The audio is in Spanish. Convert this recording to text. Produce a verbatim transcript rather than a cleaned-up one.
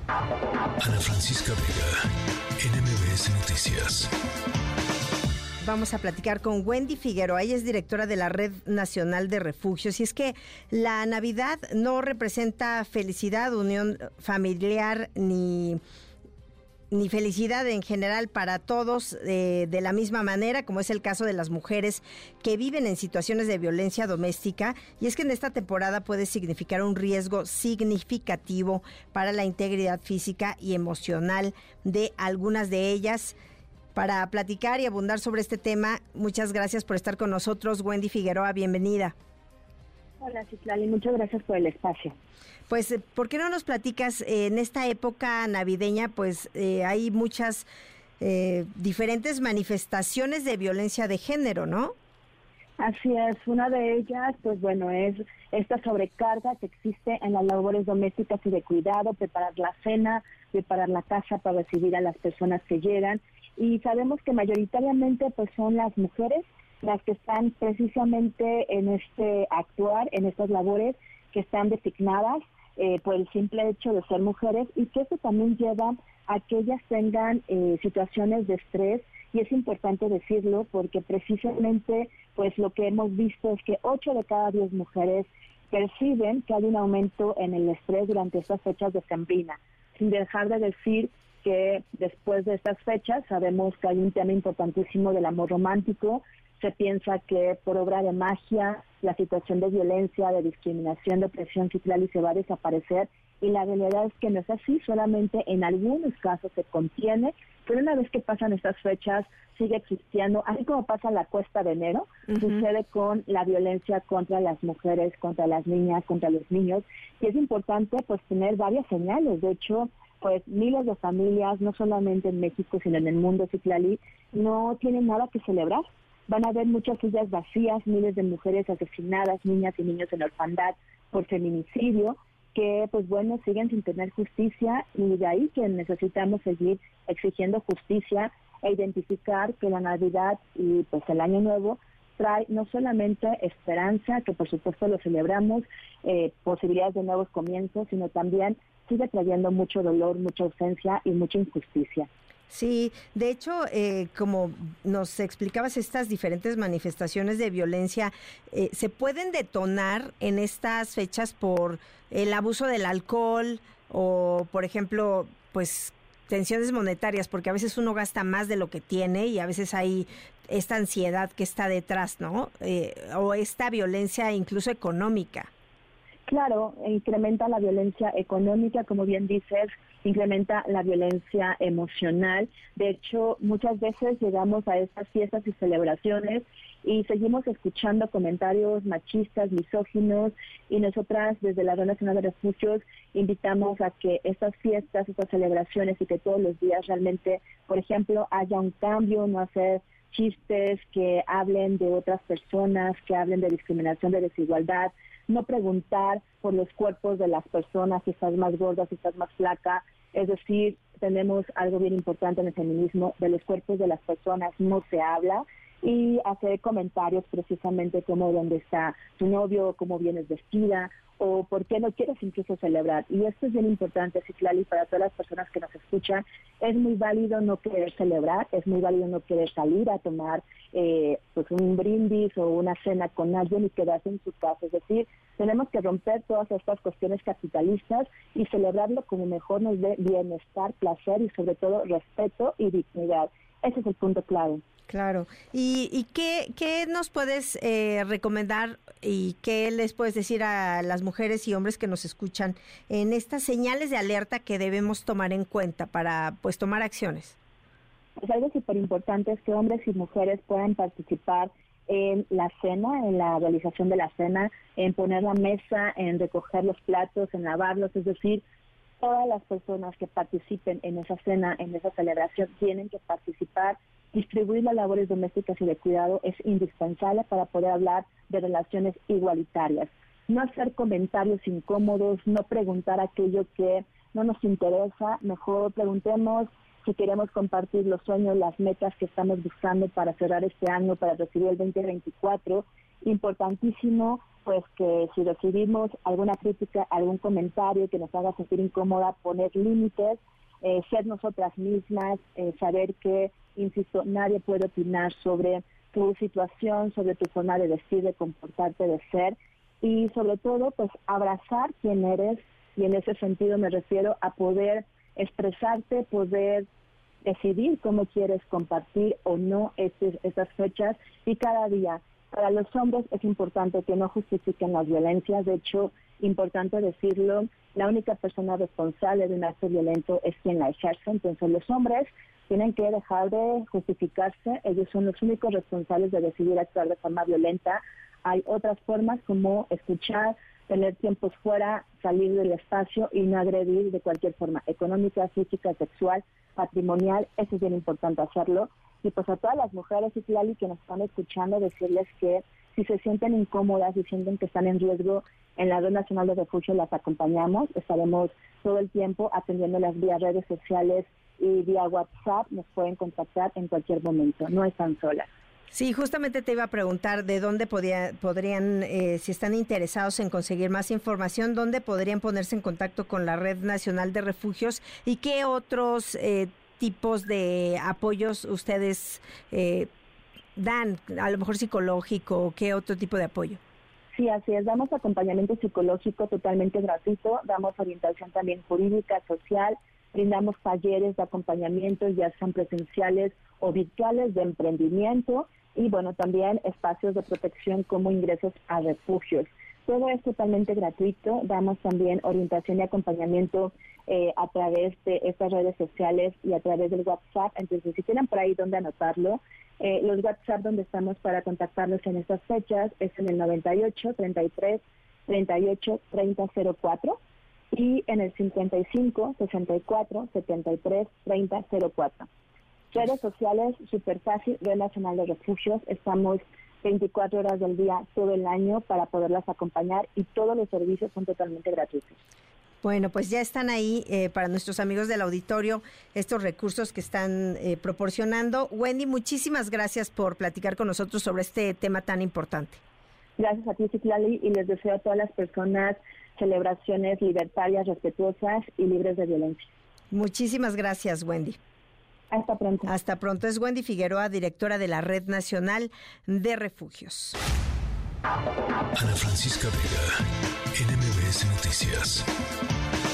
Ana Francisca Vega, N M B S Noticias. Vamos a platicar con Wendy Figueroa, ella es directora de la Red Nacional de Refugios. Y es que la Navidad no representa felicidad, unión familiar ni... ni felicidad en general para todos eh, de la misma manera, como es el caso de las mujeres que viven en situaciones de violencia doméstica. Y es que en esta temporada puede significar un riesgo significativo para la integridad física y emocional de algunas de ellas. Para platicar y abundar sobre este tema, muchas gracias por estar con nosotros, Wendy Figueroa, bienvenida. Hola, Citlali, muchas gracias por el espacio. Pues, ¿por qué no nos platicas? Eh, en esta época navideña, pues eh, hay muchas eh, diferentes manifestaciones de violencia de género, ¿no? Así es, una de ellas, pues bueno, es esta sobrecarga que existe en las labores domésticas y de cuidado, preparar la cena, preparar la casa para recibir a las personas que llegan. Y sabemos que mayoritariamente pues son las mujeres las que están precisamente en este actuar, en estas labores que están designadas eh, por el simple hecho de ser mujeres, y que eso también lleva a que ellas tengan eh, situaciones de estrés. Y es importante decirlo porque precisamente pues lo que hemos visto es que ocho de cada diez mujeres perciben que hay un aumento en el estrés durante estas fechas de decembrinas, sin dejar de decir que después de estas fechas sabemos que hay un tema importantísimo del amor romántico. Se piensa que por obra de magia la situación de violencia, de discriminación, de opresión social se va a desaparecer, y la realidad es que no es así, solamente en algunos casos se contiene, pero una vez que pasan estas fechas sigue existiendo, así como pasa la cuesta de enero, uh-huh. Sucede con la violencia contra las mujeres, contra las niñas, contra los niños, y es importante pues tener varias señales. De hecho, pues miles de familias, no solamente en México, sino en el mundo, Citlali, no tienen nada que celebrar. Van a haber muchas sillas vacías, miles de mujeres asesinadas, niñas y niños en orfandad por feminicidio, que pues bueno, siguen sin tener justicia, y de ahí que necesitamos seguir exigiendo justicia e identificar que la Navidad y pues el Año Nuevo trae no solamente esperanza, que por supuesto lo celebramos, eh, posibilidades de nuevos comienzos, sino también sigue trayendo mucho dolor, mucha ausencia y mucha injusticia. Sí, de hecho, eh, como nos explicabas, estas diferentes manifestaciones de violencia eh, se pueden detonar en estas fechas por el abuso del alcohol o, por ejemplo, pues tensiones monetarias, porque a veces uno gasta más de lo que tiene y a veces hay esta ansiedad que está detrás, ¿no? Eh, o esta violencia incluso económica. Claro, incrementa la violencia económica, como bien dices, incrementa la violencia emocional. De hecho, muchas veces llegamos a estas fiestas y celebraciones y seguimos escuchando comentarios machistas, misóginos, y nosotras desde la Red Nacional de Refugios invitamos a que estas fiestas, estas celebraciones y que todos los días realmente, por ejemplo, haya un cambio, no hacer chistes que hablen de otras personas, que hablen de discriminación, de desigualdad, no preguntar por los cuerpos de las personas, si estás más gorda, si estás más flaca. Es decir, tenemos algo bien importante en el feminismo, de los cuerpos de las personas no se habla, y hacer comentarios precisamente como dónde está tu novio, cómo vienes vestida, o por qué no quieres incluso celebrar. Y esto es bien importante, Citlali, para todas las personas que nos escuchan. Es muy válido no querer celebrar, es muy válido no querer salir a tomar eh, pues un brindis o una cena con alguien y quedarse en su casa. Es decir, tenemos que romper todas estas cuestiones capitalistas y celebrarlo como mejor nos dé bienestar, placer y sobre todo respeto y dignidad. Ese es el punto clave. Claro. ¿Y, y qué, qué nos puedes eh, recomendar y qué les puedes decir a las mujeres y hombres que nos escuchan en estas señales de alerta que debemos tomar en cuenta para pues tomar acciones? Pues algo súper importante es que hombres y mujeres puedan participar en la cena, en la realización de la cena, en poner la mesa, en recoger los platos, en lavarlos. Es decir, todas las personas que participen en esa cena, en esa celebración, tienen que participar. Distribuir las labores domésticas y de cuidado es indispensable para poder hablar de relaciones igualitarias. No hacer comentarios incómodos, no preguntar aquello que no nos interesa, mejor preguntemos si queremos compartir los sueños, las metas que estamos buscando para cerrar este año, para recibir el veinte veinticuatro. Importantísimo, pues que si recibimos alguna crítica, algún comentario que nos haga sentir incómoda, poner límites, eh, ser nosotras mismas, eh, saber que, insisto, nadie puede opinar sobre tu situación, sobre tu forma de vestir, de comportarte, de ser, y sobre todo, pues abrazar quién eres, y en ese sentido me refiero a poder expresarte, poder decidir cómo quieres compartir o no este, estas fechas, y cada día. Para los hombres es importante que no justifiquen las violencias. De hecho, importante decirlo, la única persona responsable de un acto violento es quien la ejerce. Entonces los hombres tienen que dejar de justificarse, ellos son los únicos responsables de decidir actuar de forma violenta. Hay otras formas como escuchar, tener tiempos fuera, salir del espacio y no agredir de cualquier forma, económica, física, sexual, patrimonial. Eso es bien importante hacerlo. Y pues a todas las mujeres, Itlali, que nos están escuchando, decirles que si se sienten incómodas y sienten que están en riesgo, en la Red Nacional de Refugio las acompañamos. Estaremos todo el tiempo atendiéndolas vía redes sociales y vía WhatsApp. Nos pueden contactar en cualquier momento, no están solas. Sí, justamente te iba a preguntar de dónde podía, podrían, eh, si están interesados en conseguir más información, dónde podrían ponerse en contacto con la Red Nacional de Refugios y qué otros eh, tipos de apoyos ustedes eh, dan, a lo mejor psicológico, qué otro tipo de apoyo. Sí, así es, damos acompañamiento psicológico totalmente gratuito, damos orientación también jurídica, social, brindamos talleres de acompañamiento, ya sean presenciales o virtuales, de emprendimiento, y bueno, también espacios de protección como ingresos a refugios. Todo es totalmente gratuito. Damos también orientación y acompañamiento eh, a través de estas redes sociales y a través del WhatsApp. Entonces, si tienen por ahí donde anotarlo, eh, los WhatsApp donde estamos para contactarlos en estas fechas es en el noventa y ocho, treinta y tres, treinta y ocho, treinta cero cuatro y en el cincuenta y cinco, sesenta y cuatro, setenta y tres, treinta cero cuatro. Redes sociales, súper fácil, Red Nacional de Refugios. Estamos veinticuatro horas del día, todo el año, para poderlas acompañar, y todos los servicios son totalmente gratuitos. Bueno, pues ya están ahí eh, para nuestros amigos del auditorio estos recursos que están eh, proporcionando. Wendy, muchísimas gracias por platicar con nosotros sobre este tema tan importante. Gracias a ti, Citlali, y les deseo a todas las personas celebraciones libertarias, respetuosas y libres de violencia. Muchísimas gracias, Wendy. Hasta pronto. Hasta pronto. Es Wendy Figueroa, directora de la Red Nacional de Refugios. Ana Francisca Vega, N M B S Noticias.